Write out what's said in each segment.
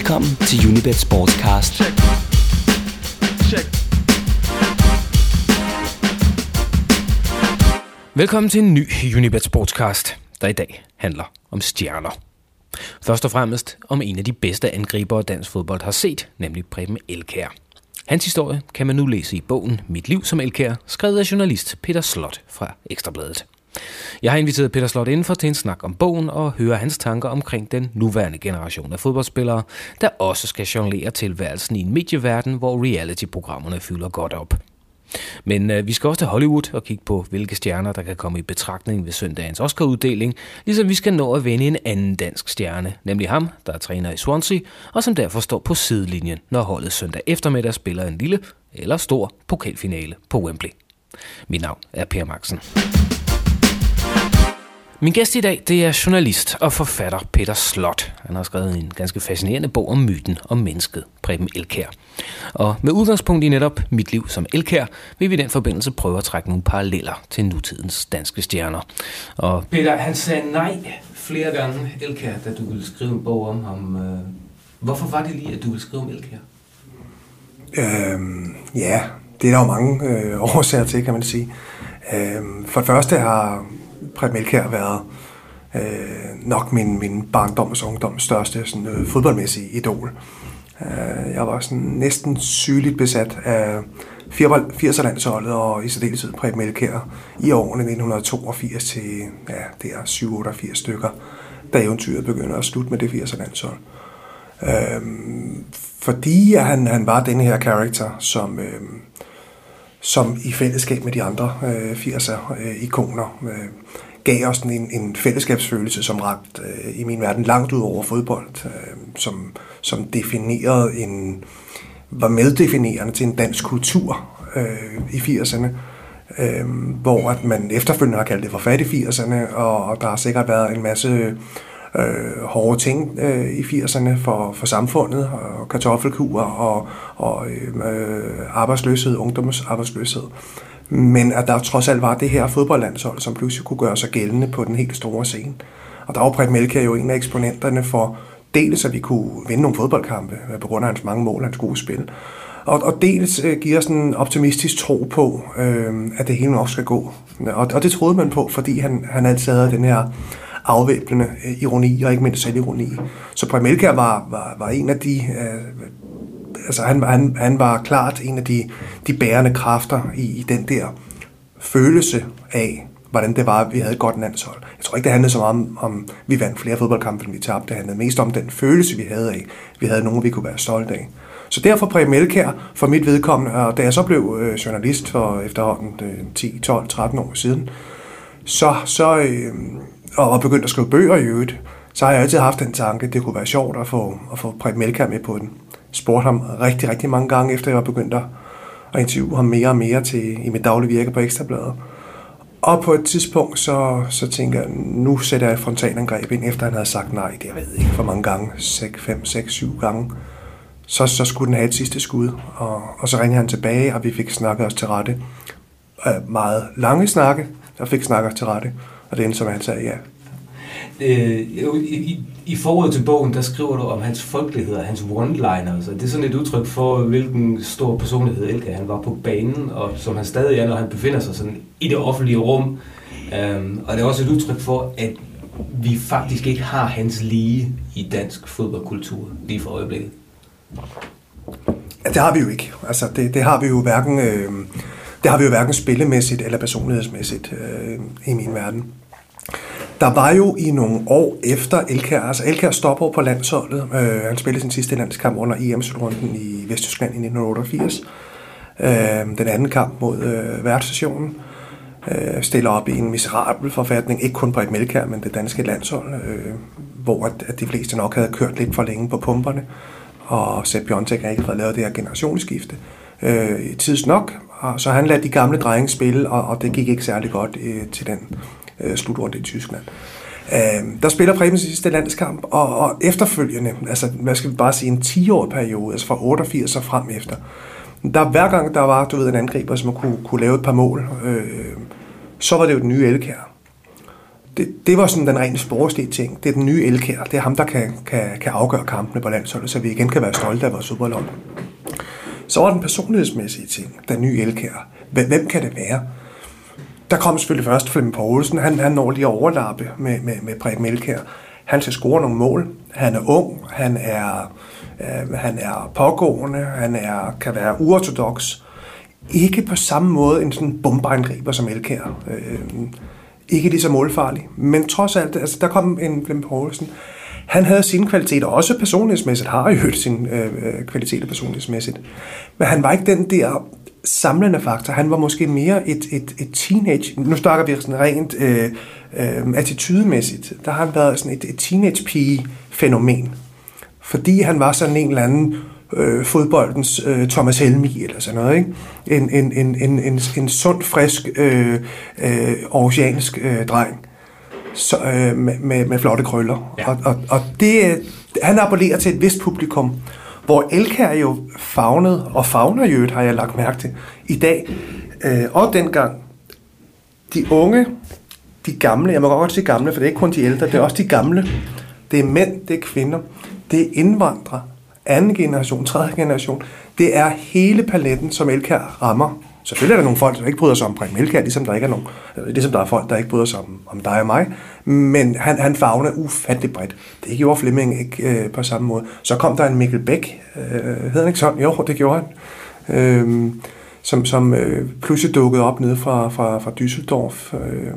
Velkommen til Unibet Sportscast. Velkommen til en ny Unibet Sportscast, der i dag handler om stjerner. Først og fremmest om en af de bedste angribere, dansk fodbold har set, nemlig Preben Elkjær. Hans historie kan man nu læse i bogen Mit liv som Elkjær, skrevet af journalist Peter Slot fra Ekstra Bladet. Jeg har inviteret Peter Slot indenfor til en snak om bogen og høre hans tanker omkring den nuværende generation af fodboldspillere, der også skal jonglere tilværelsen i en medieverden, hvor reality-programmerne fylder godt op. Men vi skal også til Hollywood og kigge på, hvilke stjerner, der kan komme i betragtning ved søndagens Oscar-uddeling, ligesom vi skal nå at vende en anden dansk stjerne, nemlig ham, der er træner i Swansea, og som derfor står på sidelinjen, når holdet søndag eftermiddag spiller en lille eller stor pokalfinale på Wembley. Mit navn er Per Maxen. Min gæst i dag, det er journalist og forfatter Peter Slot. Han har skrevet en ganske fascinerende bog om myten om mennesket, Preben Elkjær. Og med udgangspunkt i netop Mit liv som Elkjær, vil vi i den forbindelse prøve at trække nogle paralleller til nutidens danske stjerner. Og Peter, han sagde nej flere gange, Elkjær, da du ville skrive en bog om ham. Hvorfor var det lige, at du ville skrive om Elkjær? Ja, det er der jo mange årsager til, kan man sige. For det første har Preben Elkjær været nok min barndoms og ungdoms største sådan, fodboldmæssige idol. Jeg var sådan næsten sygeligt besat af 80'er-landsholdet og i særdeleshed Preben Elkjær i årene 1982 til det er 87 stykker, da eventyret begynder at slutte med det 80'er-landshold. Fordi han var denne her karakter, som i fællesskab med de andre 80'er-ikoner gav os en fællesskabsfølelse, som rakte i min verden langt ud over fodbold, som definerede var meddefinerende til en dansk kultur i 80'erne, hvor at man efterfølgende har kaldt det for fattig 80'erne, og der har sikkert været en masse hårde ting i 80'erne for samfundet, og kartoffelkur og arbejdsløshed, ungdomsarbejdsløshed. Men at der trods alt var det her fodboldlandshold, som pludselig kunne gøre sig gældende på den helt store scene. Og der var Preben Elkjær jo en af eksponenterne for dels, at vi kunne vinde nogle fodboldkampe på grund af hans mange mål og hans gode spil. Og dels giver sådan en optimistisk tro på, at det hele nok skal gå. Og det troede man på, fordi han altid havde den her afvæbnende ironi og ikke mindst selvironi. Så Preben Elkjær var en af de... han var klart en af de bærende kræfter i den der følelse af, hvordan det var, at vi havde et godt landshold. Jeg tror ikke, det handlede så meget om vi vandt flere fodboldkampe, end vi tabte. Det handlede mest om den følelse, vi havde af. Vi havde nogen, vi kunne være stolte af. Så derfor Preben Elkjær for mit vedkommende, og da jeg så blev journalist for efterhånden 10, 12, 13 år siden, og begyndte at skrive bøger i øvrigt, så har jeg altid haft den tanke, at det kunne være sjovt at få Preben Elkjær med på den. Spurgte ham rigtig, rigtig mange gange, efter jeg var begyndt at interviewe ham mere og mere i mit daglige virke på Ekstra Bladet. Og på et tidspunkt, så tænker jeg, nu sætter jeg et frontalangreb ind, efter han havde sagt nej, det jeg ved ikke for mange gange, 5, 6, 7 gange. Så skulle den have et sidste skud, og så ringede han tilbage, og vi fik snakket os til rette. Meget lange snakke, og fik snakket os til rette, og det endte som han sagde ja. I forordet til bogen, der skriver du om hans folkelighed og hans one-liners. Det er sådan et udtryk for, hvilken stor personlighed Elkjær han var på banen, og som han stadig er, når han befinder sig sådan i det offentlige rum. Og det er også et udtryk for, at vi faktisk ikke har hans lige i dansk fodboldkultur lige for øjeblikket. Ja, det har vi jo ikke. Altså, det har vi jo hverken, det har vi jo hverken spillemæssigt eller personlighedsmæssigt i min verden. Der var jo i nogle år efter Elkjær, altså Elkjær stopper på landsholdet. Han spillede sin sidste landskamp under EM-slutrunden i Vesttyskland i 1988. Den anden kamp mod værtsnationen. Stiller op i en miserabel forfatning, ikke kun på et Elkjær, men det danske landshold, hvor at de fleste nok havde kørt lidt for længe på pumperne, og Sepp Piontek har ikke fået lavet det her generationsskifte tids nok, og så han lader de gamle drenge spille, og det gik ikke særlig godt til den slutrunde i Tyskland. Der spiller Preben sidste landskamp, og efterfølgende, altså hvad skal vi bare sige, en 10-årig periode, altså fra 88 og frem efter, der hver gang der var, en angriber, som kunne lave et par mål, så var det jo den nye Elkjær. det var sådan den rent sportslige ting. Det er den nye Elkjær. Det er ham, der kan afgøre kampene på landsholdet, så vi igen kan være stolte af vores fodboldhold. Så var den personlighedsmæssige ting, den nye Elkjær. Hvem kan det være? Der kom selvfølgelig først Flemming Poulsen. Han når lige at overlappe med Preben Elkjær. Han skal score nogle mål. Han er ung. Han er pågående. Kan være uortodoks. Ikke på samme måde en sådan bombeangriber som Elkjær. Ikke lige så målfarlig. Men trods alt, altså der kom en Flemming Poulsen. Han havde sine kvaliteter, også personlighedsmæssigt, har jo sine kvaliteter personlighedsmæssigt. Men han var ikke den der samlende faktor. Han var måske mere et teenage. Nu snakker vi sådan rent attitydemæssigt. Der har han været sådan et teenage-pige-fænomen. Fordi han var sådan en eller anden fodboldens Thomas Helmig eller sådan noget, ikke? En sund, frisk, oceansk dreng. Så, med flotte krøller. Ja. Og det, han appellerer til et vist publikum, hvor Elkjær jo favnede, og favner jo, har jeg lagt mærke til, i dag. Og dengang, de unge, de gamle, jeg må godt sige gamle, for det er ikke kun de ældre, det er også de gamle. Det er mænd, det er kvinder, det er indvandrere, anden generation, tredje generation. Det er hele paletten, som Elkjær rammer. Selvfølgelig er der nogle folk, der ikke bryder sig om Preben Elkjær, ligesom der er folk, der ikke bryder sig om dig og mig. Men han favner ufatteligt bredt. Det gjorde Flemming ikke på samme måde. Så kom der en Mikkel Bæk, hed han ikke sådan? Jo, det gjorde han. Som pludselig dukkede op nede fra Düsseldorf,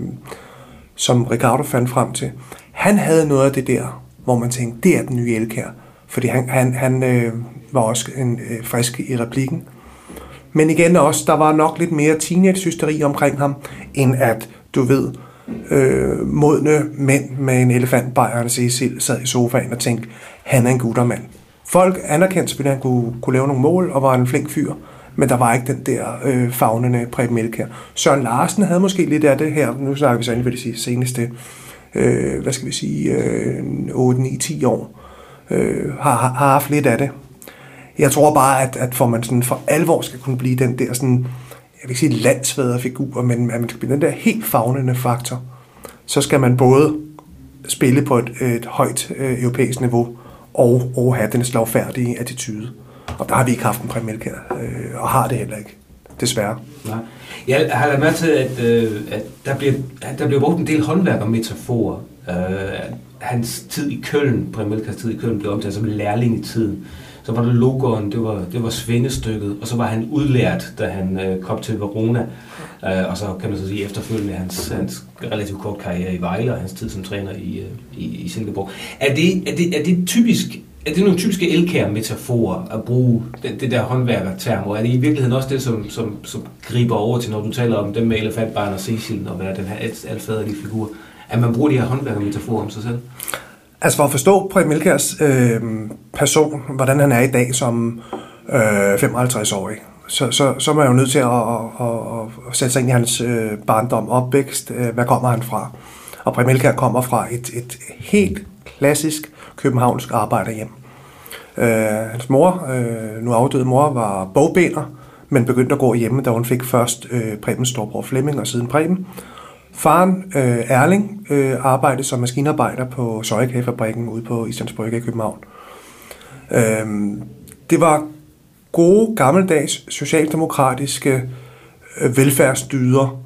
som Ricardo fandt frem til. Han havde noget af det der, hvor man tænkte, det er den nye Elkjær. Fordi han var også frisk i replikken. Men igen også, der var nok lidt mere teenage-hysteri omkring ham, end at, du ved, modne mænd med en elefantbajer og Cecil sad i sofaen og tænkte, han er en guttermand. Folk anerkendte selvfølgelig, at han kunne lave nogle mål og var en flink fyr, men der var ikke den der favnende Preben Elkjær. Søren Larsen havde måske lidt af det her, nu snakker vi så vil sige, seneste, 8-9-10 år, har haft lidt af det. Jeg tror bare, at for man sådan for alvor skal kunne blive den der sådan, jeg vil ikke sige landsfaderfigur, men at man skal blive den der helt favnende faktor, så skal man både spille på et højt europæisk niveau og have den slagfærdige attitude. Og der har vi ikke haft en Preben Elkjær, og har det heller ikke, desværre. Nej. Jeg har lagt mærke til, at der bliver brugt en del håndværkermetaforer. Hans tid i Køln, Preben Elkjærs tid i Køln, blev omtalt som lærlingetiden. Så var det logoen, det var svendestykket, og så var han udlært, da han kom til Verona. Og så kan man så sige efterfølgende hans relativt kort karriere i Vejle og hans tid som træner i Silkeborg. Er det nogle typiske Elkjær-metaforer at bruge det der håndværkerterm, og er det i virkeligheden også det, som griber over til, når du taler om dem med elefantbarn og Cecil og være den her alfaderlige figur, at man bruger de her håndværkermetaforer om sig selv? Altså for at forstå Preben Elkjærs person, hvordan han er i dag som 55-årig, så er man jo nødt til at sætte sig ind i hans barndom, opvækst, hvad kommer han fra? Og Preben Elkjær kommer fra et helt klassisk københavnsk arbejderhjem. Hans mor, nu afdøde mor, var bogbinder, men begyndte at gå hjemme, da hun fik først Prebens storbror Flemming og siden Preben. Faren, Erling, arbejdede som maskinarbejder på Søjekagefabrikken ude på Islands Brygge i København. Det var gode, gammeldags, socialdemokratiske velfærdsdyder.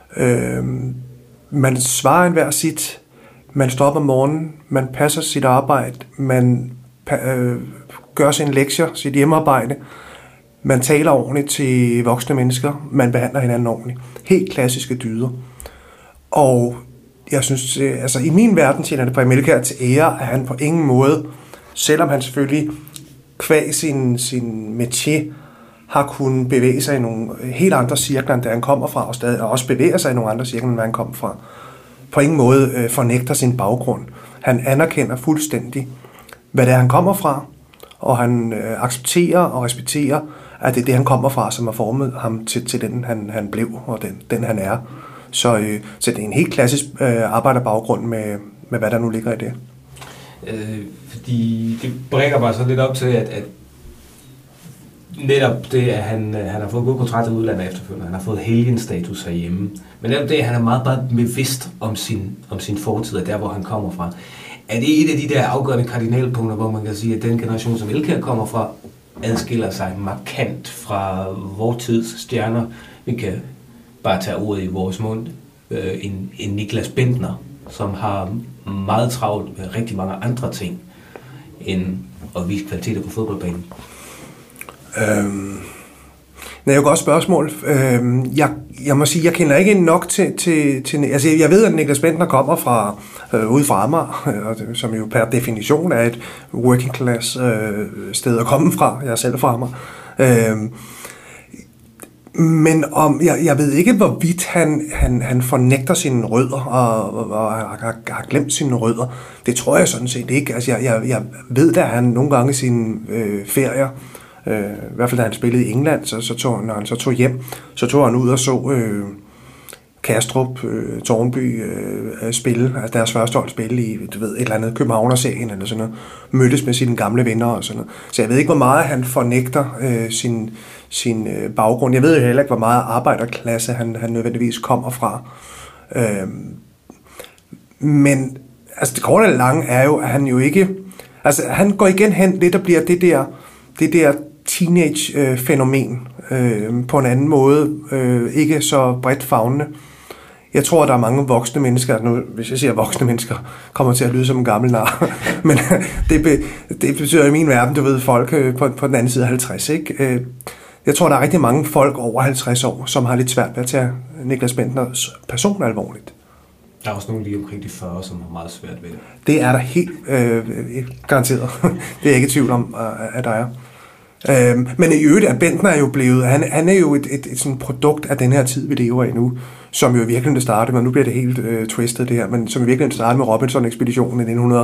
Man svarer enhver sit. Man står op om morgenen. Man passer sit arbejde. Man gør sine lektier, sit hjemmearbejde. Man taler ordentligt til voksne mennesker. Man behandler hinanden ordentligt. Helt klassiske dyder. Og jeg synes, altså i min verden tjener det Preben Elkjær til ære, at han på ingen måde, selvom han selvfølgelig kvæg sin métier, har kunnet bevæge sig i nogle helt andre cirkler, end der han kommer fra, og også bevæger sig i nogle andre cirkler, end han kom fra. På ingen måde fornægter sin baggrund. Han anerkender fuldstændig, hvad det er, han kommer fra, og han accepterer og respekterer, at det er det, han kommer fra, som har formet ham til den, han blev, og den han er. Så det er en helt klassisk arbejderbaggrund med hvad der nu ligger i det. Fordi det brækker bare så lidt op til, at netop det, at han har fået god kontrakt i udlandet efterfølgende. Han har fået helgenstatus herhjemme. Men netop det, at han er meget bevidst om sin fortid, og der, hvor han kommer fra. Er det et af de der afgørende kardinalpunkter, hvor man kan sige, at den generation, som Elkjær kommer fra, adskiller sig markant fra vores tids stjerner? Vi kan bare tage ordet i vores mund. En Niklas Bendtner, som har meget travlt med rigtig mange andre ting, end at vise kvaliteter på fodboldbanen. Det er jo et godt spørgsmål. Jeg må sige, jeg kender ikke nok til altså jeg ved, at Niklas Bendtner kommer fra ude fra Amager, som jo per definition er et working class sted at komme fra. Jeg er selv fra Amager. Men jeg ved ikke, hvorvidt han fornægter sine rødder og har glemt sine rødder. Det tror jeg sådan set ikke. Altså jeg ved da, at han nogle gange i sine ferier, i hvert fald da han spillede i England, når han så tog hjem, så tog han ud og så Kastrup, Tårnby spille, altså deres første hold spille i et eller andet Københavner-serien eller sådan noget, mødtes med sine gamle venner og sådan noget. Så jeg ved ikke, hvor meget han fornægter sin baggrund. Jeg ved jo heller ikke, hvor meget arbejderklasse han nødvendigvis kommer fra. Men altså det korte og lange er jo, at han jo ikke, altså han går igen hen lidt og bliver det der teenage-fænomen på en anden måde, ikke så bredt favnende. Jeg tror, at der er mange voksne mennesker, nu hvis jeg siger voksne mennesker, kommer til at lyde som en gammel nar, men det betyder i min verden, du ved, folk på den anden side af 50, ikke? Jeg tror, der er rigtig mange folk over 50 år, som har lidt svært ved at tage Niklas Bendtners person alvorligt. Der er også nogen lige omkring de 40, som har meget svært ved det. Det er der helt garanteret. Det er jeg ikke i tvivl om, at der er. Men i øvrigt, at Bendtner er jo blevet, han er jo et sådan produkt af den her tid, vi lever i nu, som jo virkelig det startede, men nu bliver det helt twistet det her, men som virkelig startede med Robinson-ekspeditionen i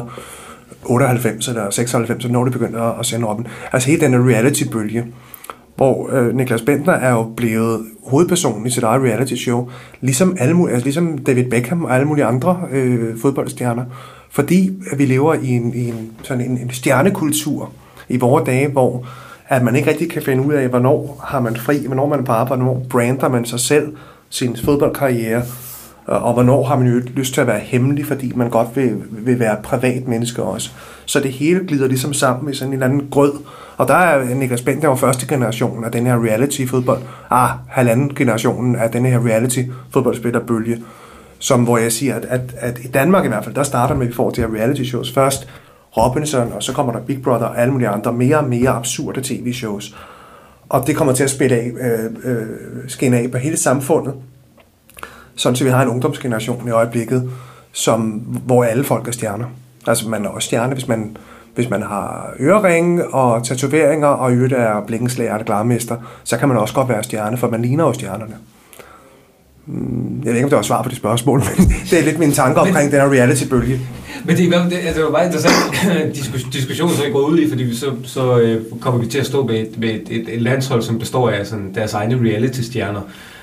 1998 eller 96, når det begyndte at sende Robin. Altså hele den reality-bølge, hvor Niklas Bendtner er jo blevet hovedpersonen i sit eget reality-show, ligesom David Beckham og alle mulige andre fodboldstjerner, fordi vi lever i en stjernekultur i vore dage, hvor at man ikke rigtig kan finde ud af, hvornår har man fri, hvornår man er på arbejde, hvornår brander man sig selv, sin fodboldkarriere, og hvornår har man jo lyst til at være hemmelig, fordi man godt vil være et privat menneske også. Så det hele glider ligesom sammen i sådan en eller anden grød. Og der er Niklas Bendtner jo første generation af den her reality-fodbold, halvanden generationen af den her reality-fodboldspillerbølge, hvor jeg siger, at i Danmark i hvert fald, der starter med, at vi får de her reality-shows først, Robinson, og så kommer der Big Brother og alle mulige andre mere og mere absurde tv-shows. Og det kommer til at skinne af på hele samfundet, sådan så vi har en ungdomsgeneration i øjeblikket, hvor alle folk er stjerner. Altså man er også stjerne, hvis man har øreringe og tatoveringer, og i øvrigt er blikkenslager og glarmester, så kan man også godt være stjerne, for man ligner jo stjernerne. Jeg ved ikke, om det var svar på det spørgsmål, men det er lidt mine tanker omkring den her reality-bølge. Men det var meget interessant diskussion, så jeg går ud i, fordi så kommer vi til at stå med et landshold, som består af sådan deres egne reality-stjerner.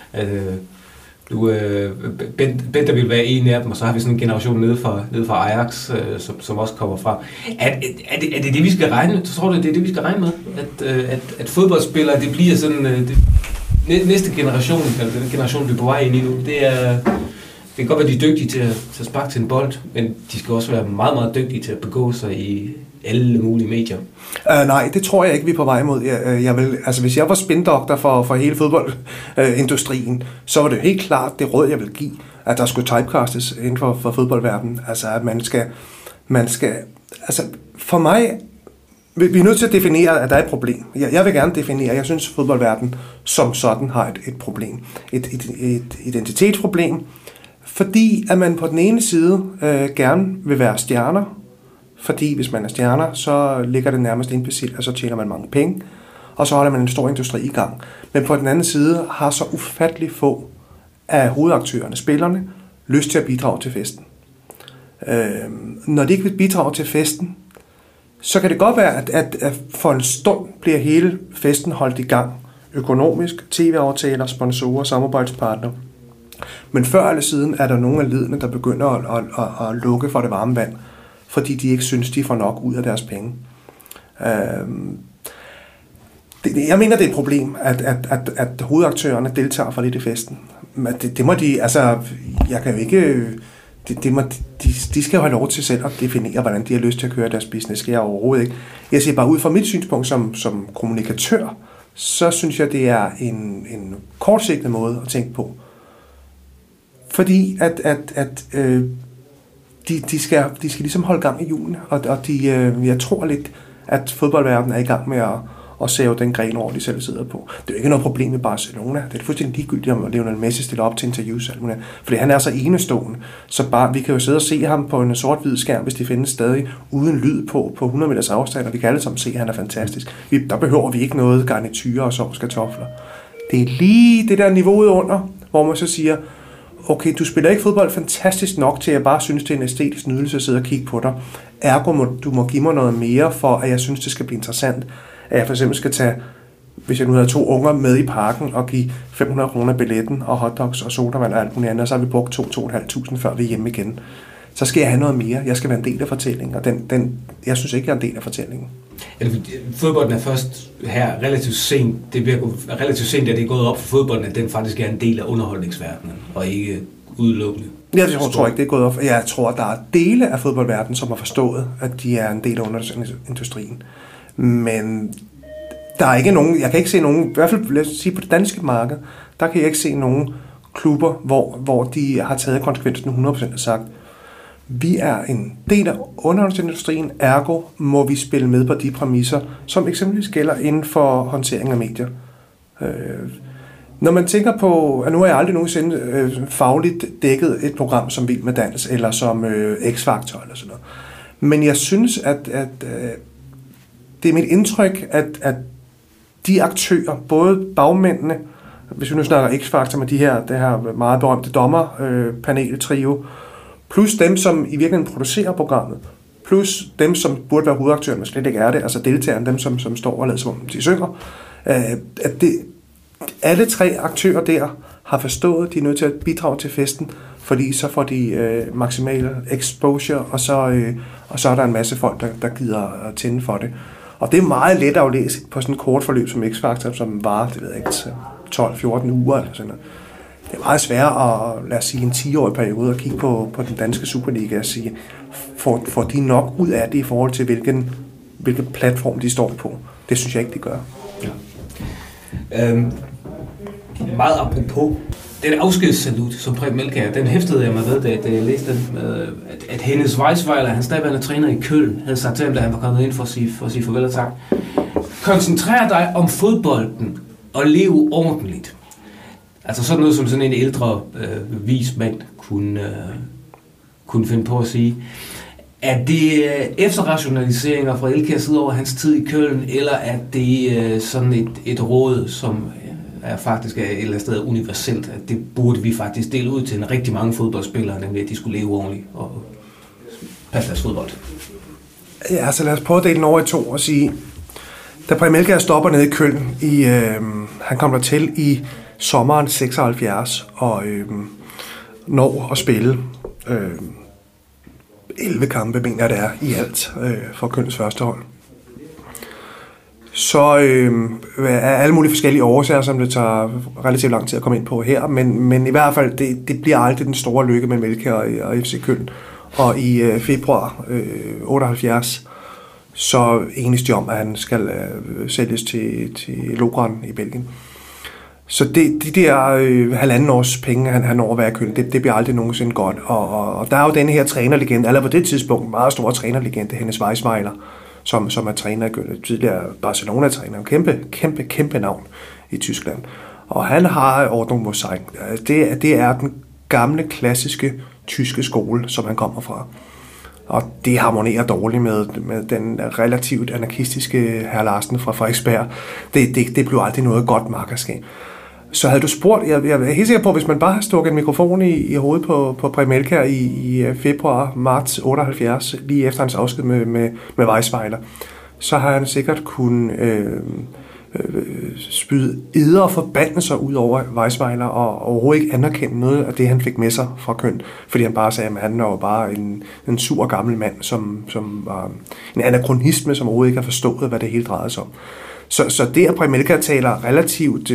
Bendtner vil være en af dem, og så har vi sådan en generation nede fra Ajax, som også kommer fra. Er det vi skal regne med? Så tror du, det er det, vi skal regne med? At fodboldspillere, det bliver sådan... næste generation, eller den generation, vi er på vej ind i nu, det kan godt være, de er dygtige til at sparke til en bold, men de skal også være meget, meget dygtige til at begå sig i alle mulige medier. Nej, det tror jeg ikke, vi er på vej imod. Hvis jeg var spindoktor for hele fodboldindustrien, så var det helt klart det råd, jeg vil give, at der skulle typecastes inden for fodboldverdenen. Altså, at man skal altså, for mig, vi er nødt til at definere, at der er et problem. Jeg vil gerne definere, at jeg synes, at fodboldverdenen som sådan har et problem. Et identitetsproblem, fordi at man på den ene side gerne vil være stjerner, fordi hvis man er stjerner, så ligger det nærmest imbecil, og så tjener man mange penge, og så holder man en stor industri i gang. Men på den anden side har så ufattelig få af hovedaktørerne, spillerne, lyst til at bidrage til festen. Når de ikke vil bidrage til festen, så kan det godt være, at for en stund bliver hele festen holdt i gang. Økonomisk, tv-aftaler, sponsorer, samarbejdspartnere. Men før eller siden er der nogle af lederne, der begynder at lukke for det varme vand, fordi de ikke synes, de får nok ud af deres penge. Jeg mener, det er et problem, at hovedaktørerne deltager for lidt i festen. Det må de, altså, jeg kan jo ikke... De skal jo have lov til selv at definere, hvordan de har lyst til at køre deres business. Skal jeg overhovedet ikke. Jeg siger bare, ud fra mit synspunkt som kommunikatør, så synes jeg, det er en kortsigtet måde at tænke på. Fordi de skal ligesom holde gang i hjulene, og jeg tror lidt, at fodboldverdenen er i gang med at save den gren over, de selv sidder på. Det er jo ikke noget problem i Barcelona. Det er fuldstændig ligegyldigt, om Lionel Messi stiller op til interviews. Fordi han er så enestående. Så bare, vi kan jo sidde og se ham på en sort-hvid skærm, hvis de findes stadig uden lyd på 100 meters afstand, og vi kan alle sammen se, at han er fantastisk. Der behøver vi ikke noget garnityre og sovskartofler. Det er lige det der niveauet under, hvor man så siger, okay, du spiller ikke fodbold fantastisk nok til, at jeg bare synes, det er en æstetisk nydelse at sidde og kigge på dig. Ergo, du må give mig noget mere, for at jeg synes, det skal blive interessant. At jeg for eksempel skal tage, hvis jeg nu havde 2 unger med i parken, og give 500 kroner billetten, og hotdogs og sodavand og alt muligt andet, og så har vi brugt 2.500 før vi er hjemme igen. Så skal jeg have noget mere. Jeg skal være en del af fortællingen, og jeg synes ikke, jeg er en del af fortællingen. Fodbolden er først her relativt sent. Det bliver relativt sent, at det er gået op for fodbolden, at den faktisk er en del af underholdningsverdenen, og ikke udelukkende. Jeg tror ikke, det er gået op. Jeg tror, der er dele af fodboldverdenen, som har forstået, at de er en del af underholdningsindustrien. Men der er ikke nogen, jeg kan ikke se nogen, i hvert fald lad os sige på det danske marked, der kan jeg ikke se nogen klubber, hvor de har taget konsekvensen 100% og sagt, vi er en del af underholdningsindustrien, ergo må vi spille med på de præmisser, som eksempelvis gælder inden for håndtering af medier. Når man tænker på, at nu har jeg aldrig nogensinde fagligt dækket et program som Vild med Dans, eller som X-Factor eller sådan noget. Men jeg synes, at det er mit indtryk, at de aktører, både bagmændene, hvis vi nu snakker X-Factor med det her meget berømte dommerpanel-trio, plus dem, som i virkeligheden producerer programmet, plus dem, som burde være hovedaktører, men slet ikke er det, altså deltagerne, dem, som står og lader som om de synger, alle 3 aktører der har forstået, at de er nødt til at bidrage til festen, fordi så får de maksimal exposure, og så er der en masse folk, der gider at tænde for det. Og det er meget let at læse på sådan et kort forløb som X-Factor, som varer, det ved jeg ikke, 12-14 uger eller sådan noget. Det er meget svært at, lad os sige, en 10-årig periode at kigge på den danske Superliga og sige, får de nok ud af det i forhold til, hvilken platform de står på? Det synes jeg ikke, de gør. Ja. Meget apropos den afskedssalut, som Preben Elkjær, den hæftede jeg mig ved, da jeg læste den, at Hennes Weisweiler, hans daværende træner i Köln, havde sagt til ham, da han var kommet ind for at sige farvel og tak. Koncentrer dig om fodbolden og leve ordentligt. Altså sådan noget, som sådan en ældre vis mand kunne finde på at sige. Er det efterrationaliseringer fra Elkjærs side over hans tid i Köln, eller er det sådan et råd, som er faktisk et eller andet sted universelt, at det burde vi faktisk dele ud til en rigtig mange fodboldspillere, nemlig at de skulle leve ordentligt og passe deres fodbold? Ja, så lad os prøve at dele den over i 2 og sige, da Preben Elkjær stopper nede i Köln, han kom der til i sommeren 76 og når at spille 11 kampe, mener jeg det er, i alt for Kölns første hold. Så er alle mulige forskellige årsager, som det tager relativt lang tid at komme ind på her, men i hvert fald, det bliver aldrig den store lykke med Elkjær og FC Köln. Og i februar 78, så enes de om, at han skal sælges til Logran i Belgien. Så de der halvanden års penge, han når at være i Köln, det bliver aldrig nogensinde godt. Og der er jo denne her trænerlegende, eller på det tidspunkt meget store trænerlegende, Hennes Weisweiler, som er træner i Köln, tidligere Barcelona-træner, en kæmpe navn i Tyskland. Og han har Ordnung muss sein. Det er den gamle, klassiske tyske skole, som han kommer fra. Og det harmonerer dårligt med den relativt anarkistiske hr. Larsen fra Frederiksberg. Det blev aldrig noget godt makkerskab. Så havde du spurgt, jeg er helt sikker på, hvis man bare har stukket en mikrofon i hovedet på Preben Elkjær i februar-marts 78, lige efter hans afsked med Weisweiler, så har han sikkert kunnet spyde eder og forbandelser ud over Weisweiler og overhovedet ikke anerkende noget af det, han fik med sig fra Köln, fordi han bare sagde, at han var bare en sur gammel mand, som var en anachronisme, som overhovedet ikke har forstået, hvad det hele drejede sig om. Så det, at Premelka taler relativt,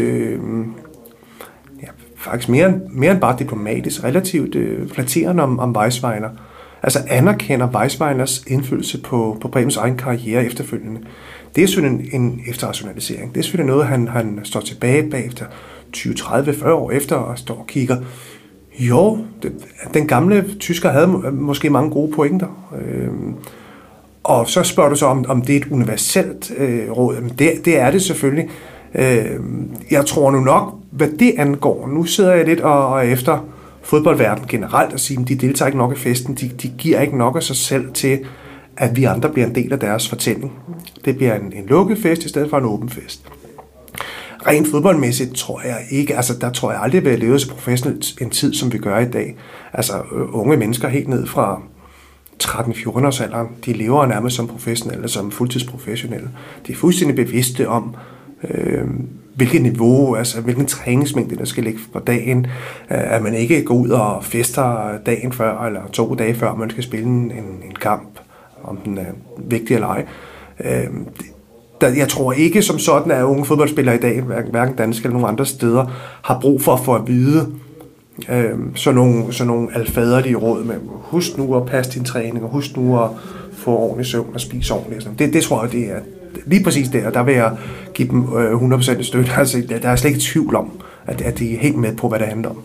faktisk mere end bare diplomatisk, relativt flatterende om Weisweiner, altså anerkender Weisweiners indflydelse på Bremens egen karriere efterfølgende. Det er selvfølgelig en efterrationalisering. Det er selvfølgelig noget, han står tilbage bagefter 20-30-40 år efter og står og kigger. Jo, den gamle tysker havde måske mange gode pointer. Og så spørger du så, om det er et universelt råd. Det er det selvfølgelig. Jeg tror nu nok, hvad det angår. Nu sidder jeg lidt og efter fodboldverdenen generelt og siger, at de deltager ikke nok i festen. De giver ikke nok af sig selv til, at vi andre bliver en del af deres fortælling. Det bliver en lukket fest i stedet for en åben fest. Rent fodboldmæssigt tror jeg ikke, altså der tror jeg aldrig, at vi har levet så professionelt en tid, som vi gør i dag. Altså unge mennesker helt ned fra 13-14 års alderen, de lever nærmest som professionelle, som fuldtidsprofessionelle. De er fuldstændig bevidste om, hvilket niveau, altså hvilken træningsmængde, der skal ligge for dagen. At man ikke går ud og fester dagen før, eller 2 dage før, man skal spille en kamp, om den er vigtig eller ej. Jeg tror ikke som sådan, at unge fodboldspillere i dag, hverken danske eller nogen andre steder, har brug for at få at vide sådan nogle alfaderlige råd med, husk nu at passe din træning, og husk nu at få ordentlig søvn og spise ordentligt. Det tror jeg, det er lige præcis der vil jeg give dem 100% støtte. Altså, der er slet ikke tvivl om, at de er helt med på, hvad det handler om.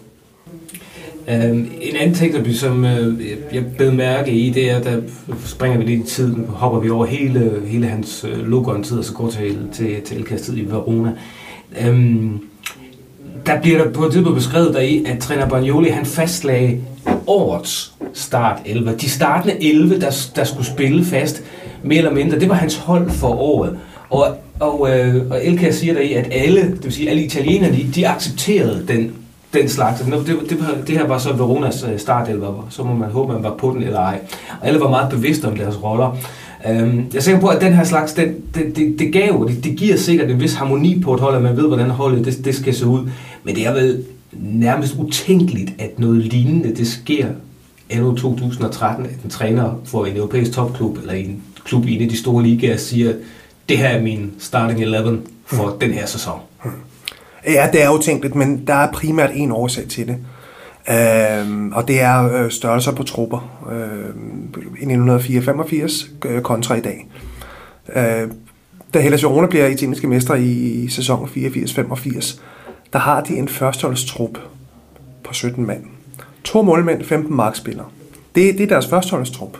En anden ting, som jeg bed mærke i, det er, der springer vi lidt i tiden, hopper vi over hele hans logoen tid, og så går til Elkærs tid i Verona. Der bliver der på et tidspunkt beskrevet deri, at træner Bagnoli, han fastlagde årets start 11. De startende 11, der skulle spille fast, mere eller mindre, det var hans hold for året. Og Elkær siger deri, at alle italienerne, de accepterede den slags. Det her var så Veronas startelver, så må man håbe, man var på den eller ej. Og alle var meget bevidste om deres roller. Jeg er sikker på, at den her slags, det giver sikkert en vis harmoni på et hold, at man ved, hvordan holdet det skal se ud. Men det er vel nærmest utænkeligt, at noget lignende, det sker anno 2013, at en træner for en europæisk topklub, eller en klub i en af de store ligaer, siger, det her er min starting 11 for den her sæson. Ja, det er utænkeligt, men der er primært en årsag til det. Og det er størrelser på trupper i 1984 kontra i dag. Da Hellas Verona bliver italienske mestre i sæsonen 84-85, der har de en førsteholdstrup på 17 mand. 2 målmænd, 15 markspillere. Det er deres førsteholdstrup.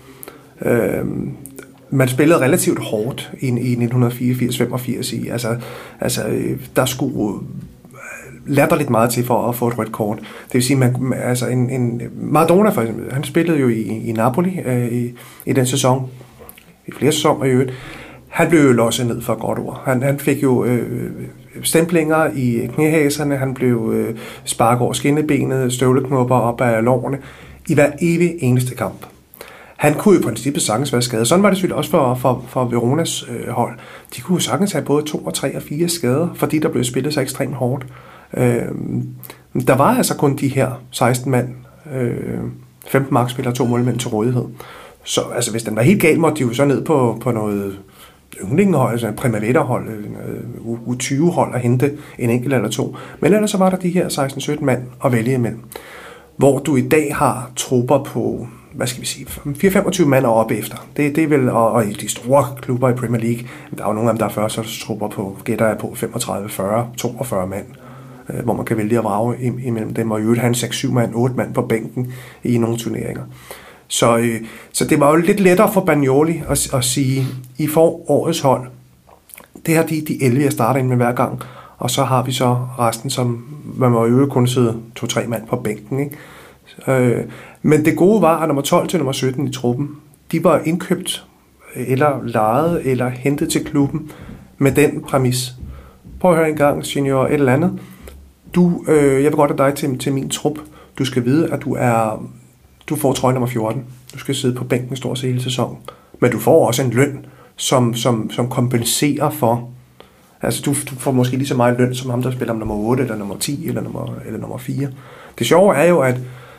Man spillede relativt hårdt i 1984-85. Altså, der skulle latterligt meget til for at få et rødt kort. Det vil sige, en Maradona for eksempel, han spillede jo i Napoli i den sæson, i flere sæsoner i øvrigt. Han blev jo losset ned for et godt ord. Han fik jo stemplinger i knæhaserne, han blev sparket over skinnebenet, støvleknopper op af lårene i hver evig eneste kamp. Han kunne jo i princippet sagtens være skadet. Sådan var det selvfølgelig også for Veronas hold. De kunne jo sagtens have både 2, 3 og 4 skader, fordi der blev spillet så ekstremt hårdt. Der var altså kun de her 16 mand, 15 markspillere og 2 målmænd til rådighed. Så altså, hvis den var helt gal, måtte de jo så ned på noget yndlingehold, altså en primavera-hold, U20-hold og hente en enkelt eller 2. Men ellers så var der de her 16-17 mand at vælge imellem. Hvor du i dag har trupper på, hvad skal vi sige, 4-25 mand og op efter. Det er vel, og i de store klubber i Premier League, der er jo nogle af dem, der er førsteholdstrupper på, gætter jeg på 35, 40, 42 mand, hvor man kan vælge at vrage imellem dem, og i øvrigt have en 6-7 mand, 8 mand på bænken i nogle turneringer. Så det var jo lidt lettere for Bagnoli at sige, I får årets hold. Det her de 11, jeg starter ind med hver gang, og så har vi så resten, som man må jo kun sidde 2-3 mand på bænken, ikke? Men det gode var, at nummer 12 til nummer 17 i truppen, de var indkøbt, eller lejet, eller hentet til klubben med den præmis. Prøv at høre en gang, senior, et eller andet. Jeg vil godt have dig til min trup. Du skal vide, at du får trøje nummer 14. Du skal sidde på bænken stort set hele sæsonen. Men du får også en løn, som kompenserer for. Altså, du får måske lige så meget løn, som ham, der spiller om nummer 8, eller nummer 10, eller nummer 4. Det sjove er jo, at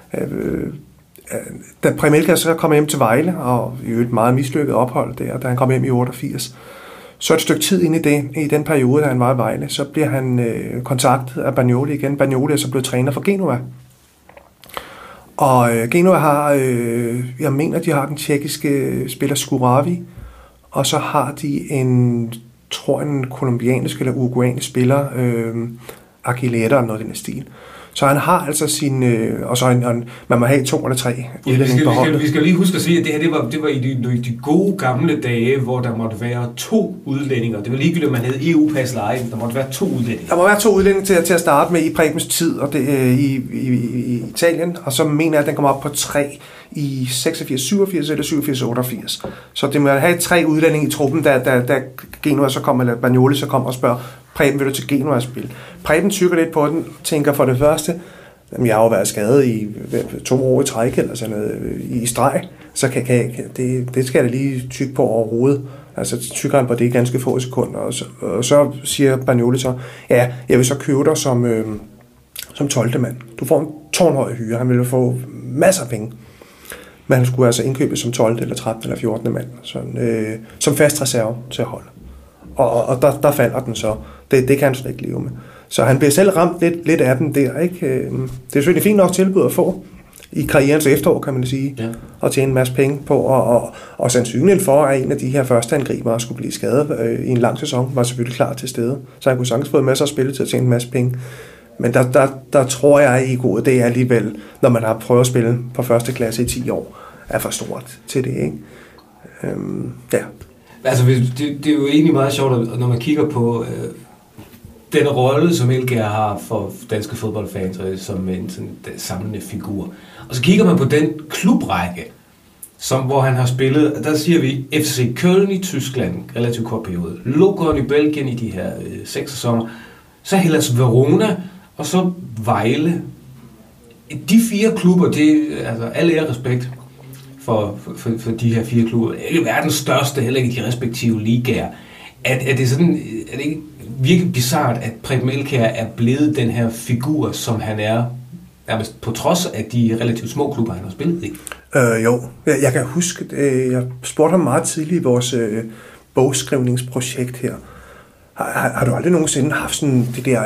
da Premelka så kom hjem til Vejle, og i et meget mislykket ophold der, da han kom hjem i 88, Så et stykke tid ind i den periode, da han var i Vejle, så bliver han kontaktet af Bagnoli igen. Bagnoli er så blevet træner for Genoa. Og Genoa har, jeg mener, de har den tjekkiske spiller Skuravi, og så har de en kolumbiansk eller uruguayansk spiller, Aguilera eller noget i den stil. Så han har altså sin... og så man må have 2 eller 3 udlændinge på holdet. Vi skal lige huske at sige, at det her det var i de gode gamle dage, hvor der måtte være 2 udlændinger. Det var ligegyldigt, at man havde EU-pas eller ej. Der måtte være 2 udlændinge. Der må være 2 udlændinge til at starte med i Prebens tid og det, i Italien. Og så mener jeg, at den kommer op på 3 i 86, 87 eller 87, 88. Så det må have 3 udlændinge i truppen, da Genoa så kommer, eller Bagnoli så kommer og spørger, Preben, vil du til Genoa at spille? Preben tykker lidt på den, tænker for det første, jamen, jeg har jo været skadet i 2 år i træk, eller sådan noget, i streg, så det skal jeg da lige tykke på overhovedet. Altså tykker han på det i ganske få sekunder, og så siger Bagnoli så, ja, jeg vil så købe dig som 12. mand. Du får en tårnhøj hyre, han vil få masser af penge. Men han skulle altså indkøbe som 12. eller 13. eller 14. mand, som fast reserve til holdet. Og der falder den så. Det kan han slet ikke leve med. Så han bliver selv ramt lidt af den der. Ikke? Det er selvfølgelig fint nok tilbud at få i karrierens efterår, kan man sige, ja. Og tjene en masse penge på. Og sandsynligheden for, at en af de her første angribere skulle blive skadet i en lang sæson, var selvfølgelig klar til stede. Så han kunne sagtens få en masse spillet til at tjene en masse penge. Men der tror jeg, at egoet, det er alligevel, når man har prøvet at spille på første klasse i 10 år, er for stort til det, ikke? Ja. Altså, det er jo egentlig meget sjovt, når man kigger på den rolle, som Elkjær har for danske fodboldfans, som en sådan samlende figur. Og så kigger man på den klubrække, hvor han har spillet, der siger vi FC Köln i Tyskland, relativt kort periode, Lugano i Belgien i de her 6 sæsoner, så Hellas Verona, og så Vejle. De 4 klubber, det er altså al ære respekt for de her 4 klubber. Ikke verdens største, heller ikke de respektive ligaer. Er det sådan, er det ikke virkelig bizarrt, at Preben Elkjær er blevet den her figur, som han er, nærmest på trods af de relativt små klubber, han har spillet i? Jo, jeg kan huske, jeg spurgte ham meget tidligt i vores bogskrivningsprojekt her. Har du aldrig nogensinde haft sådan det der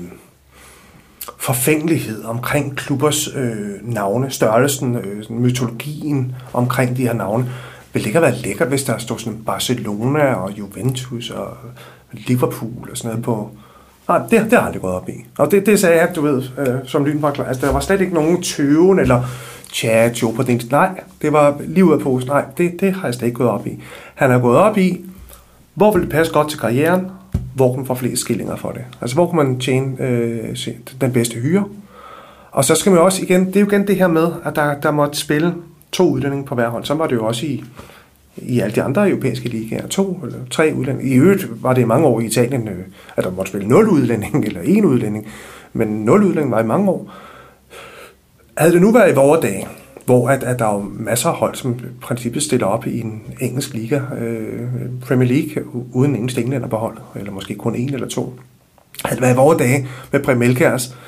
forfængelighed omkring klubbers navne, størrelsen, mytologien omkring de her navne? Vil det ikke have været lækkert, hvis der stod sådan Barcelona og Juventus og Liverpool og sådan noget på? Nej, det har jeg aldrig gået op i. Og det sagde jeg, du ved, som lynbrækler. Altså, der var slet ikke nogen tøven eller tjatjo på den. Nej, det var lige ud af posen. Nej, det har jeg slet ikke gået op i. Han har gået op i, hvor vil det passe godt til karrieren, hvor kan man få flest skillinger for det. Altså, hvor kan man tjene den bedste hyre. Og så skal man også igen, det er jo igen det her med, at der måtte spille 2 udlændinge på hver hold. Så var det jo også i alle de andre europæiske ligaer, 2 eller 3 udlændinge. I øvrigt var det i mange år i Italien, at der måtte spille 0 udlænding eller 1 udlænding, men 0 udlænding var i mange år. Havde det nu været i vore dage, hvor at der er jo masser af hold, som i princippet stiller op i en engelsk liga, Premier League, uden engelsk englænder på holdet, eller måske kun 1 eller 2. Havde det været i vore dage med Preben Elkjærs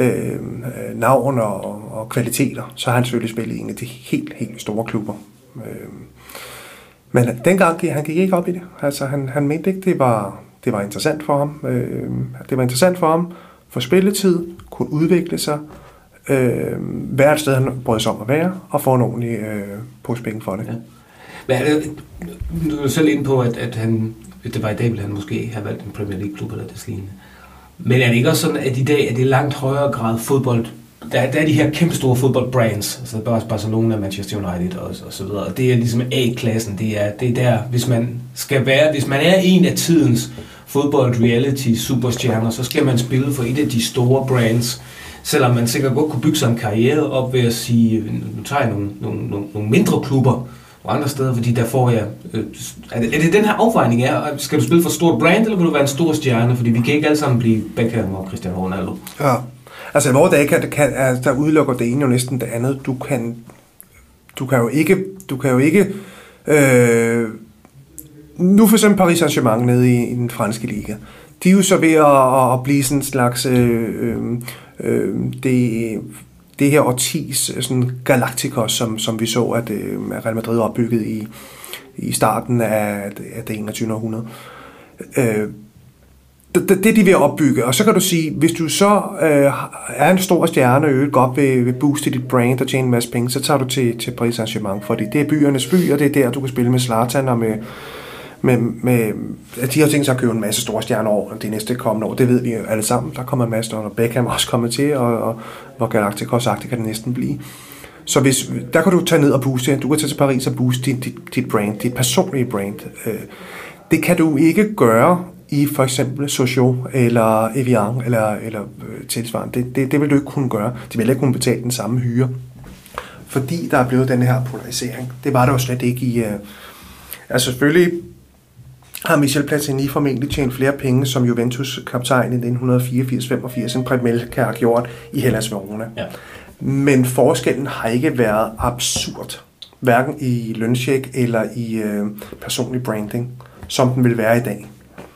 navn og kvaliteter, så har han selvfølgelig spillet i en af de helt store klubber. Men dengang han gik ikke op i det. Altså han mente ikke, det var interessant for ham. Det var interessant for ham for spilletid, kunne udvikle sig, være et sted, han brød sig om at være, og få en ordentlig postpenge for det. Ja. Men du er selv inde på, at han, det var i dag, ville han måske have valgt en Premier League-klub eller det lignende. Men er det ikke også sådan, at i dag er det langt højere grad fodbold? Der er de her kæmpe store fodboldbrands, altså Barcelona, Manchester United og så videre. Og det er ligesom A-klassen. Det er der, hvis man er en af tidens fodbold-reality superstjerner, så skal man spille for et af de store brands. Selvom man sikkert godt kunne bygge sig en karriere op ved at sige, nu tager jeg nogle mindre klubber og andre steder, fordi der får jeg... Er det den her afvejning er? Skal du spille for et stort brand, eller vil du være en stor stjerne? Fordi vi kan ikke alle sammen blive Beckham og Cristiano Ronaldo. Ja, altså i vores dage der udelukker det ene jo næsten det andet. Du kan jo ikke nu for eksempel Paris Saint-Germain nede i den franske liga. De er jo så ved at blive sådan en slags det her årtis sådan Galacticos, som vi så, at Real Madrid opbygget i starten af det 21. århundrede. det de vil opbygge. Og så kan du sige, hvis du så er en stor stjerne og øvrigt godt vil booste dit brand og tjene en masse penge, så tager du til Paris Saint-Germain, fordi det er byernes by, og det er der, du kan spille med Zlatan og med de har tænkt sig at købe en masse store stjerner over de næste kommende år. Det ved vi jo alle sammen. Der kommer en masse, og Beckham også kommer til, og hvor Galacticos-agtigt kan det næsten blive. Så der kan du tage ned og booste. Du kan tage til Paris og booste dit brand, dit personlige brand. Det kan du ikke gøre i for eksempel Sochaux eller Evian eller tilsvarende. Det vil du ikke kunne gøre. De vil ikke kunne betale den samme hyre. Fordi der er blevet den her polarisering. Det var der jo slet ikke i... Altså selvfølgelig har Michel Platini formentlig tjent flere penge som Juventus-kaptajn i 1984-85, end Premmelka har gjort i Hellas Verona. Ja. Men forskellen har ikke været absurd, hverken i løncheck eller i personlig branding, som den vil være i dag.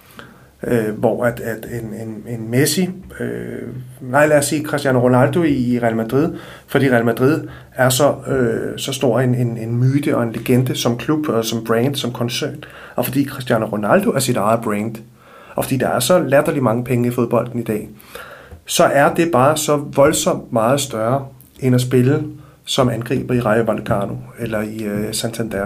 Hvor at en Messi, lad os sige Cristiano Ronaldo i Real Madrid, fordi Real Madrid er så stor en myte og en legende som klub, og som brand, som koncern, og fordi Cristiano Ronaldo er sit eget brand, og fordi der er så latterligt mange penge i fodbolden i dag, så er det bare så voldsomt meget større end at spille som angriber i Rayo Vallecano eller i Santander.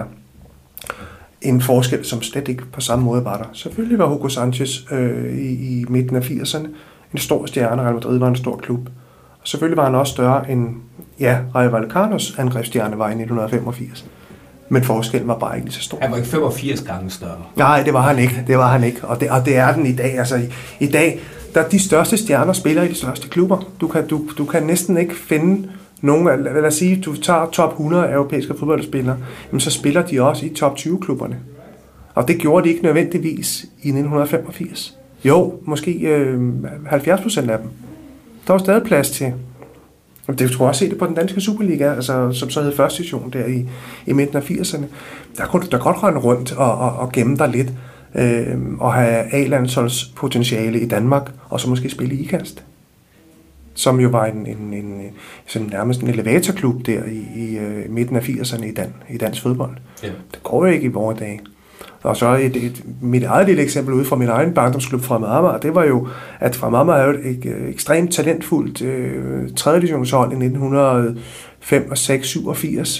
En forskel, som slet ikke på samme måde var der. Selvfølgelig var Hugo Sanchez i midten af 80'erne en stor stjerne. Real Madrid var en stor klub. Og selvfølgelig var han også større end Rayo Vallecanos angrebsstjerne var i 1985. Men forskellen var bare ikke lige så stor. Han var ikke 85 gange større. Nej, det var han ikke. Og det er den i dag. Altså i dag, der de største stjerner spiller i de største klubber. Du kan næsten ikke finde nogen, lad os sige, du tager top 100 europæiske fodboldspillere, jamen så spiller de også i top 20-klubberne. Og det gjorde de ikke nødvendigvis i 1985. Jo, måske 70% af dem. Der var stadig plads til. Det tror jeg også se det på den danske Superliga, altså, som så hed første division der i midten af 80'erne. Der kunne der godt rende rundt og gemme dig lidt, og have A-landsholds potentiale i Danmark, og så måske spille i IKAST. Som jo var sådan nærmest en elevatorklub der i midten af 80'erne i dansk fodbold. Ja. Det går jo ikke i vores dage. Og så mit eget lille eksempel ude fra min egen barndomsklub Fremad Amager, det var jo, at Fremad Amager er jo et ekstremt talentfuldt 3. divisionshold i 1905 og 6, 87,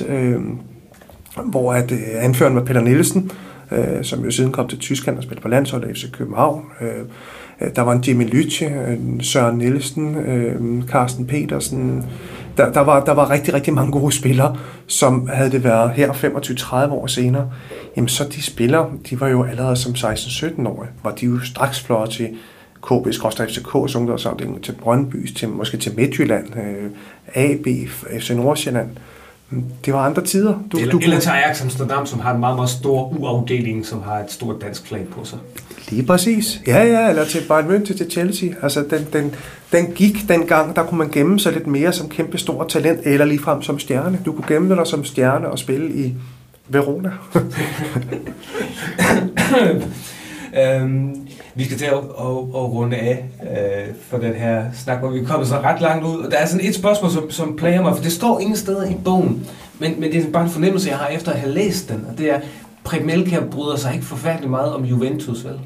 hvor at anføreren var Peter Nielsen, som jo siden kom til Tyskland og spillede på landsholdet af FC København. Der var en Jimmy Lytje, Søren Nielsen, Carsten Petersen. Der var rigtig, rigtig mange gode spillere, som havde det været her 25-30 år senere. Jamen så de spillere, de var jo allerede som 16-17 år, var de jo straks fløjet til KB/FCK's ungdomsafdeling, til Brøndby, måske til Midtjylland, AB, FC Nordsjælland. Det var andre tider. Eller til Ajax Amsterdam, som har en meget, meget stor uafdeling, som har et stort dansk flag på sig. Lige præcis. Ja, eller til Bayern München, til Chelsea. Altså, den gik dengang, der kunne man gemme sig lidt mere som kæmpe stor talent, eller ligefrem som stjerne. Du kunne gemme dig som stjerne og spille i Verona. Vi skal til at runde af for den her snak, hvor vi kommer så ret langt ud. Og der er sådan et spørgsmål, som plager mig, for det står ingen steder i bogen, men det er bare en fornemmelse, jeg har efter at have læst den, og det er, Premmelka bryder sig ikke forfærdeligt meget om Juventus, vel?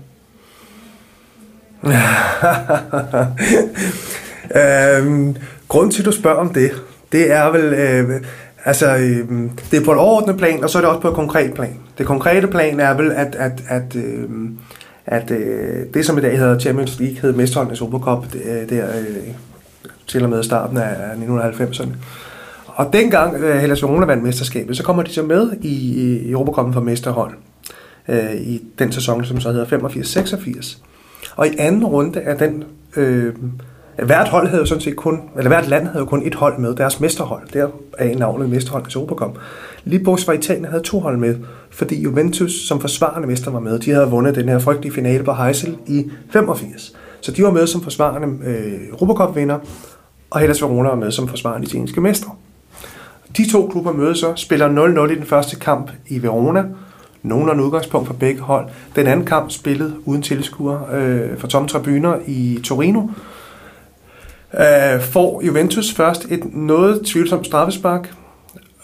Grunden til, at du spørger om det er vel... det er på et overordnet plan, og så er det også på et konkret plan. Det konkrete plan er vel, at det, som i dag hedder Champions League, hed Mesterholdenes Supercup, til og med starten af 1990'erne. Og dengang Hellas Verona vandt mesterskabet, så kommer de så med i Europacuppen for mesterhold i den sæson, som så hedder 85-86. Og i anden runde af den... hvert hold havde jo sådan set hvert land havde jo kun et hold med, deres mesterhold. Der er navnet Mesterholdenes Europacup. Lige bortset fra Italien havde 2 hold med, fordi Juventus som forsvarende mester var med. De havde vundet den her frygtelige finale på Heysel i 85. Så de var med som forsvarende Europacup-vinder, og Hellas Verona var med som forsvarende italienske mestre. De 2 klubber mødes så, spiller 0-0 i den første kamp i Verona. Nogenlunde udgangspunkt for begge hold. Den anden kamp spillet uden tilskuere for tomme tribuner i Torino. Får Juventus først et noget tvivlsomt straffespark,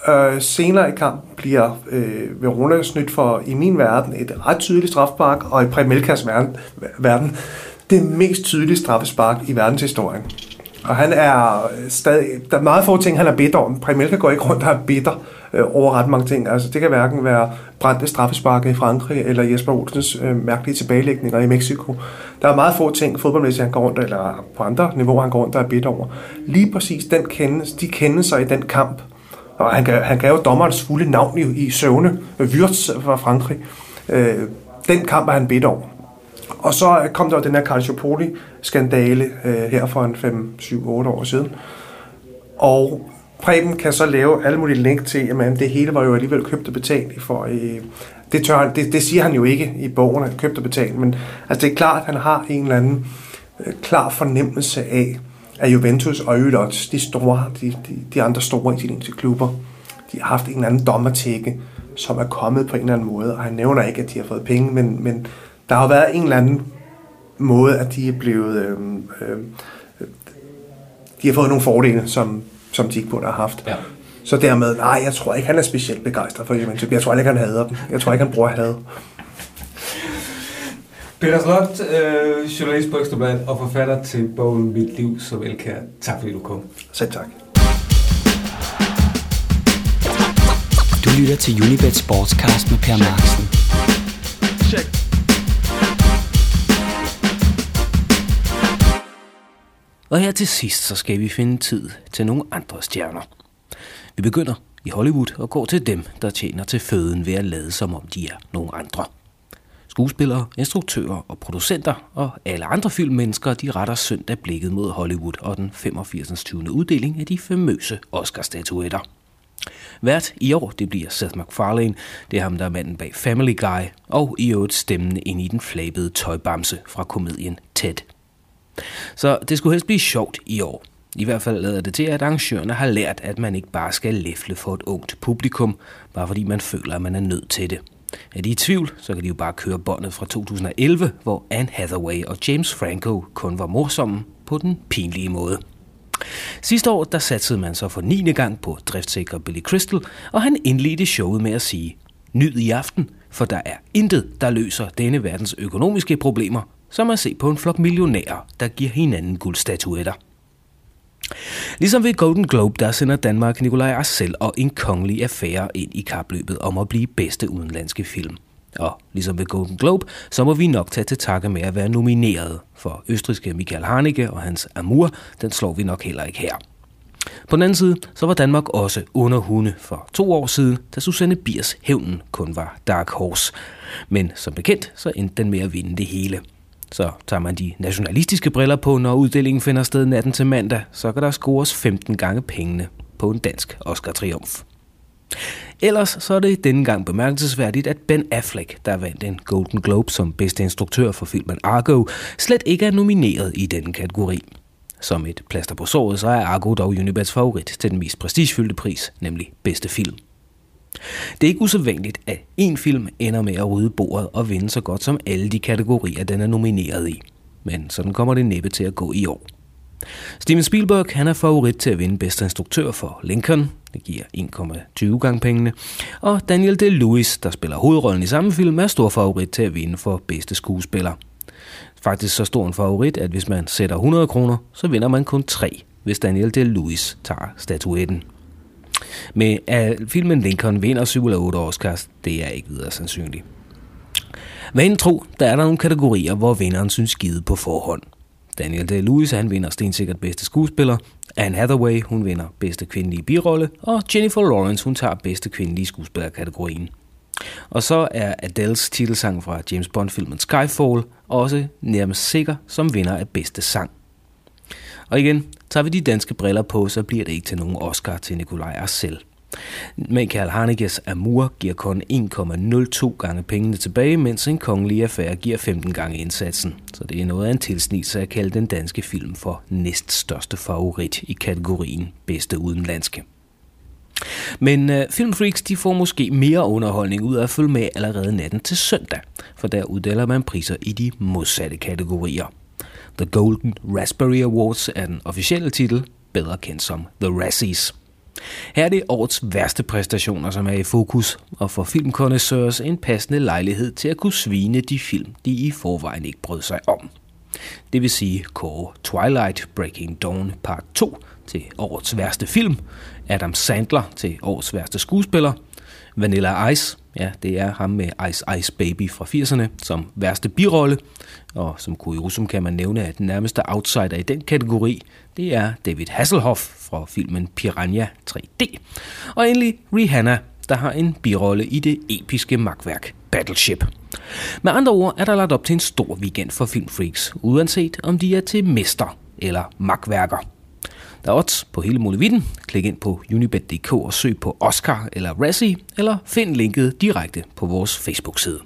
Senere i kampen bliver Verona snydt for, i min verden, et ret tydeligt straffespark, og i Preben Elkjærs verden, det mest tydelige straffespark i verdenshistorien. Og han er stadig... Der er meget få ting, han er bitter om. Preben Elkjær går ikke rundt og er bitter over ret mange ting. Altså, det kan hverken være brændte straffesparker i Frankrig, eller Jesper Olsens mærkelige tilbagelægninger i Mexico. Der er meget få ting, fodboldmæssigt, han går rundt, eller på andre niveauer, han går rundt og er bitter over. Lige præcis de kendelser i den kamp, og han gav jo dommerens fulde navn i søvne, Wirtz fra Frankrig. Den kamp er han bitter over. Og så kom der den her Calciopoli-skandale her for en 5-7-8 år siden. Og Preben kan så lave alle mulige link til, at det hele var jo alligevel købt og betalt for... Det siger han jo ikke i bogen, at købt og betalt, men altså det er klart, at han har en eller anden klar fornemmelse af, at Juventus og Ølots, de andre store italienske klubber, de har haft en eller anden dommertække, som er kommet på en eller anden måde, og han nævner ikke, at de har fået penge, men der har været en eller anden måde, at de er blevet... de har fået nogle fordele, som de ikke burde have haft. Ja. Så dermed, jeg tror ikke, han er specielt begejstret for Juventus. Jeg tror ikke, han hader dem. Jeg tror ikke, han bruger had. Peter Slot, journalist på Ekstra Bladet og forfatter til bogen Mit liv som Elkjær. Tak fordi du kom. Selv tak. Du lytter til Unibet Sportscast med Per Marksen. Check. Og her til sidst, så skal vi finde tid til nogle andre stjerner. Vi begynder i Hollywood og går til dem, der tjener til føden ved at lade som om de er nogle andre. Skuespillere, instruktører og producenter og alle andre filmmennesker, de retter søndag blikket mod Hollywood og den 85. 20. uddeling af de famøse Oscar-statuetter. Vært i år, det bliver Seth MacFarlane, det er ham, der er manden bag Family Guy, og i øvrigt stemmende ind i den flabede tøjbamse fra komedien Ted. Så det skulle helst blive sjovt i år. I hvert fald lader det til, at arrangørerne har lært, at man ikke bare skal læfle for et ungt publikum, bare fordi man føler, at man er nødt til det. Er de i tvivl, så kan de jo bare køre båndet fra 2011, hvor Anne Hathaway og James Franco kun var morsomme på den pinlige måde. Sidste år, der satsede man så for 9. gang på driftsikre Billy Crystal, og han indledte showet med at sige: "Nyd i aften, for der er intet, der løser denne verdens økonomiske problemer, som at se på en flok millionærer, der giver hinanden guldstatuetter." Ligesom ved Golden Globe, der sender Danmark Nikolaj Arcel og En Kongelig Affære ind i kapløbet om at blive bedste udenlandske film. Og ligesom ved Golden Globe, så må vi nok tage til takke med at være nomineret, for østrigske Michael Haneke og hans Amour, den slår vi nok heller ikke her. På den anden side, så var Danmark også under hunde for 2 år siden, da Susanne Biers Hævnen kun var Dark Horse. Men som bekendt, så endte den med at vinde det hele. Så tager man de nationalistiske briller på, når uddelingen finder sted natten til mandag, så kan der scores 15 gange pengene på en dansk Oscar-triumf. Ellers så er det denne gang bemærkelsesværdigt, at Ben Affleck, der vandt en Golden Globe som bedste instruktør for filmen Argo, slet ikke er nomineret i denne kategori. Som et plaster på såret, så er Argo dog Unibets favorit til den mest prestigefyldte pris, nemlig bedste film. Det er ikke usædvanligt, at en film ender med at rydde bordet og vinde så godt som alle de kategorier, den er nomineret i. Men sådan kommer det næppe til at gå i år. Steven Spielberg, han er favorit til at vinde bedste instruktør for Lincoln, det giver 1,20 gange pengene, og Daniel Day-Lewis, der spiller hovedrollen i samme film, er stor favorit til at vinde for bedste skuespiller. Faktisk så stor en favorit, at hvis man sætter 100 kroner, så vinder man kun 3, hvis Daniel Day-Lewis tager statuetten. Men at filmen Lincoln vinder 7 eller 8 Oscars, det er ikke videre sandsynligt. Hvad end tro, der er der nogle kategorier, hvor vinderen synes skide på forhånd. Daniel Day-Lewis, han vinder stensikkert bedste skuespiller. Anne Hathaway, hun vinder bedste kvindelige birolle. Og Jennifer Lawrence, hun tager bedste kvindelige skuespillerkategorien. Og så er Adele's titelsang fra James Bond-filmen Skyfall også nærmest sikker som vinder af bedste sang. Og igen, tager vi de danske briller på, så bliver det ikke til nogen Oscar til Nikolaj Arcel. Michael Hanekes Amour giver kun 1,02 gange pengene tilbage, mens En Kongelig Affære giver 15 gange indsatsen. Så det er noget af en tilsnigelse at kalde den danske film for næststørste favorit i kategorien bedste udenlandske. Men filmfreaks, de får måske mere underholdning ud af at følge med allerede natten til søndag, for der uddeler man priser i de modsatte kategorier. The Golden Raspberry Awards er den officielle titel, bedre kendt som The Razzies. Her er det årets værste præstationer, som er i fokus, og for filmkonnoisseurs en passende lejlighed til at kunne svine de film, de i forvejen ikke brød sig om. Det vil sige kåre Twilight Breaking Dawn Part 2 til årets værste film, Adam Sandler til årets værste skuespiller, Vanilla Ice, ja, det er ham med Ice Ice Baby fra 80'erne, som værste birolle, og som kuriosum kan man nævne, at den nærmeste outsider i den kategori, det er David Hasselhoff fra filmen Piranha 3D. Og endelig Rihanna, der har en birolle i det episke makværk Battleship. Med andre ord er der lagt op til en stor weekend for filmfreaks, uanset om de er til mester eller makværker. Der er odds på hele muligheden. Klik ind på unibet.dk og søg på Oscar eller Razzie, eller find linket direkte på vores Facebook-side.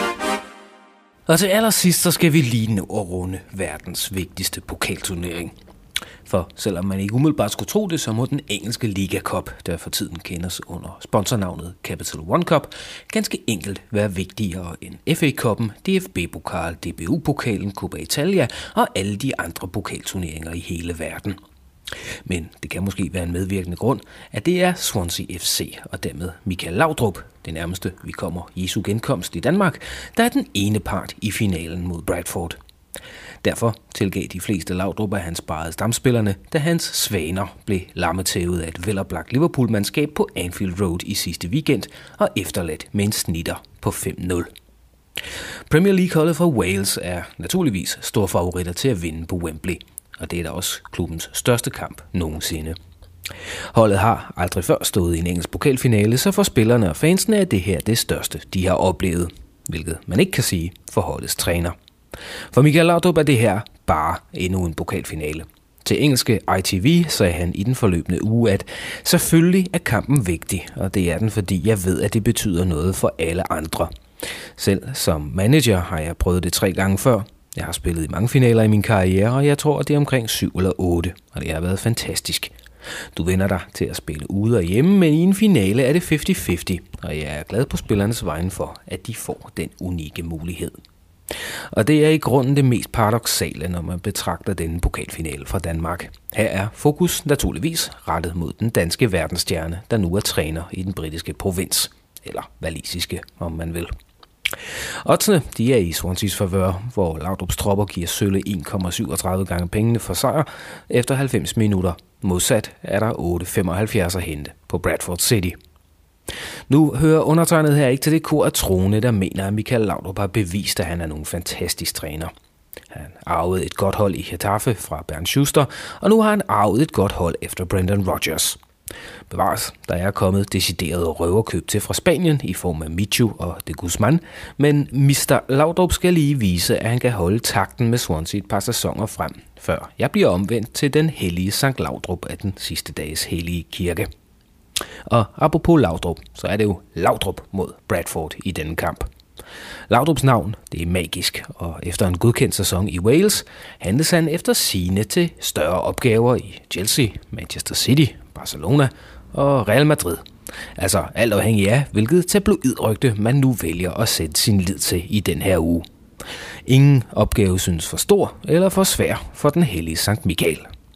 Og til allersidst, så skal vi lige nå at runde verdens vigtigste pokalturnering. For selvom man ikke umiddelbart skulle tro det, så må den engelske Liga Cup, der for tiden kendes under sponsornavnet Capital One Cup, ganske enkelt være vigtigere end FA-cuppen, DFB-pokal, DBU-pokalen, Coppa Italia og alle de andre pokalturneringer i hele verden. Men det kan måske være en medvirkende grund, at det er Swansea FC og dermed Michael Laudrup, det nærmeste vi kommer Jesu genkomst i Danmark, der er den ene part i finalen mod Bradford. Derfor tilgav de fleste Laudrup, at han sparede stamspillerne, da hans svaner blev lammetævet af et veloplagt Liverpool-mandskab på Anfield Road i sidste weekend og efterladt med en snitter på 5-0. Premier League-holdet fra Wales er naturligvis store favoritter til at vinde på Wembley, og det er da også klubbens største kamp nogensinde. Holdet har aldrig før stået i en engelsk pokalfinale, så for spillerne og fansene er det her det største, de har oplevet, hvilket man ikke kan sige for holdets træner. For Michael Laudrup er det her bare endnu en pokalfinale. Til engelske ITV sagde han i den forløbende uge, at selvfølgelig er kampen vigtig, og det er den, fordi jeg ved, at det betyder noget for alle andre. Selv som manager har jeg prøvet det 3 gange før. Jeg har spillet i mange finaler i min karriere, og jeg tror, at det er omkring 7 eller 8, og det har været fantastisk. Du vender dig til at spille ude og hjemme, men i en finale er det 50-50, og jeg er glad på spillernes vegne for, at de får den unikke mulighed. Og det er i grunden det mest paradoksale, når man betragter denne pokalfinale fra Danmark. Her er fokus naturligvis rettet mod den danske verdensstjerne, der nu er træner i den britiske provins, eller walisiske, om man vil. Oddsene, de er i Swanseas favør, hvor Laudrups tropper giver sølle 1,37 gange pengene for sejr efter 90 minutter. Modsat er der 8,75 at hente på Bradford City. Nu hører undertegnet her ikke til det kor af troende, der mener, at Michael Laudrup har bevist, at han er nogen fantastisk træner. Han arvede et godt hold i Getafe fra Bernd Schuster, og nu har han arvet et godt hold efter Brendan Rodgers. Bevares, der er kommet deciderede røverkøb til fra Spanien i form af Michu og de Guzman, men Mr. Laudrup skal lige vise, at han kan holde takten med Swansea et par sæsoner frem, før jeg bliver omvendt til den hellige Sankt Laudrup af den sidste dages hellige kirke. Og apropos Laudrup, så er det jo Laudrup mod Bradford i denne kamp. Laudrups navn, det er magisk, og efter en godkendt sæson i Wales, handles han efter sigende til større opgaver i Chelsea, Manchester City, Barcelona og Real Madrid. Altså alt afhængig af, hvilket tabloidrygte man nu vælger at sætte sin lid til i den her uge. Ingen opgave synes for stor eller for svær for den hellige Sankt Michael.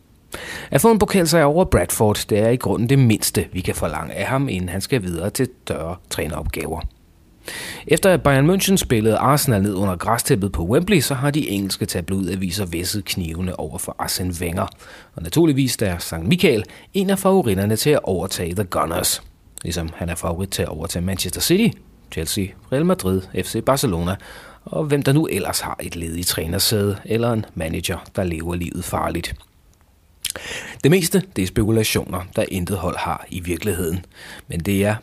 At få en pokalsejr over Bradford, det er i grunden det mindste, vi kan forlange af ham, inden han skal videre til større træneropgaver. Efter at Bayern München spillede Arsenal ned under græstæppet på Wembley, så har de engelske tabloidaviser væsset knivene over for Arsene Wenger. Og naturligvis er Sankt Michael en af favoritterne til at overtage The Gunners. Ligesom han er favorit til at overtage Manchester City, Chelsea, Real Madrid, FC Barcelona og hvem der nu ellers har et ledigt trænersæde eller en manager, der lever livet farligt. Det meste, det er spekulationer, der intet hold har i virkeligheden. Men det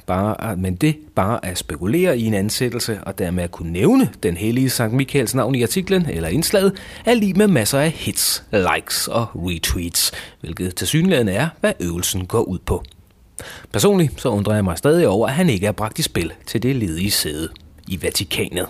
bare at spekulere i en ansættelse og dermed at kunne nævne den hellige Sankt Michaels navn i artiklen eller indslaget, er lige med masser af hits, likes og retweets, hvilket tilsyneladende er, hvad øvelsen går ud på. Personligt så undrer jeg mig stadig over, at han ikke er bragt i spil til det ledige sæde i Vatikanet.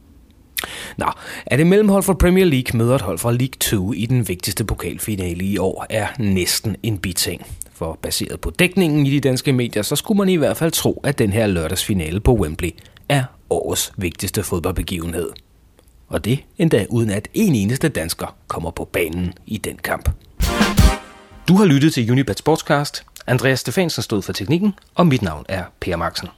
Nå, at det mellemhold fra Premier League møder et hold fra League 2 i den vigtigste pokalfinale i år er næsten en biting. For baseret på dækningen i de danske medier, så skulle man i hvert fald tro, at den her lørdagsfinale på Wembley er årets vigtigste fodboldbegivenhed. Og det endda uden at en eneste dansker kommer på banen i den kamp. Du har lyttet til Unibet Sportscast. Andreas Stefansen stod for teknikken, og mit navn er Per Maxen.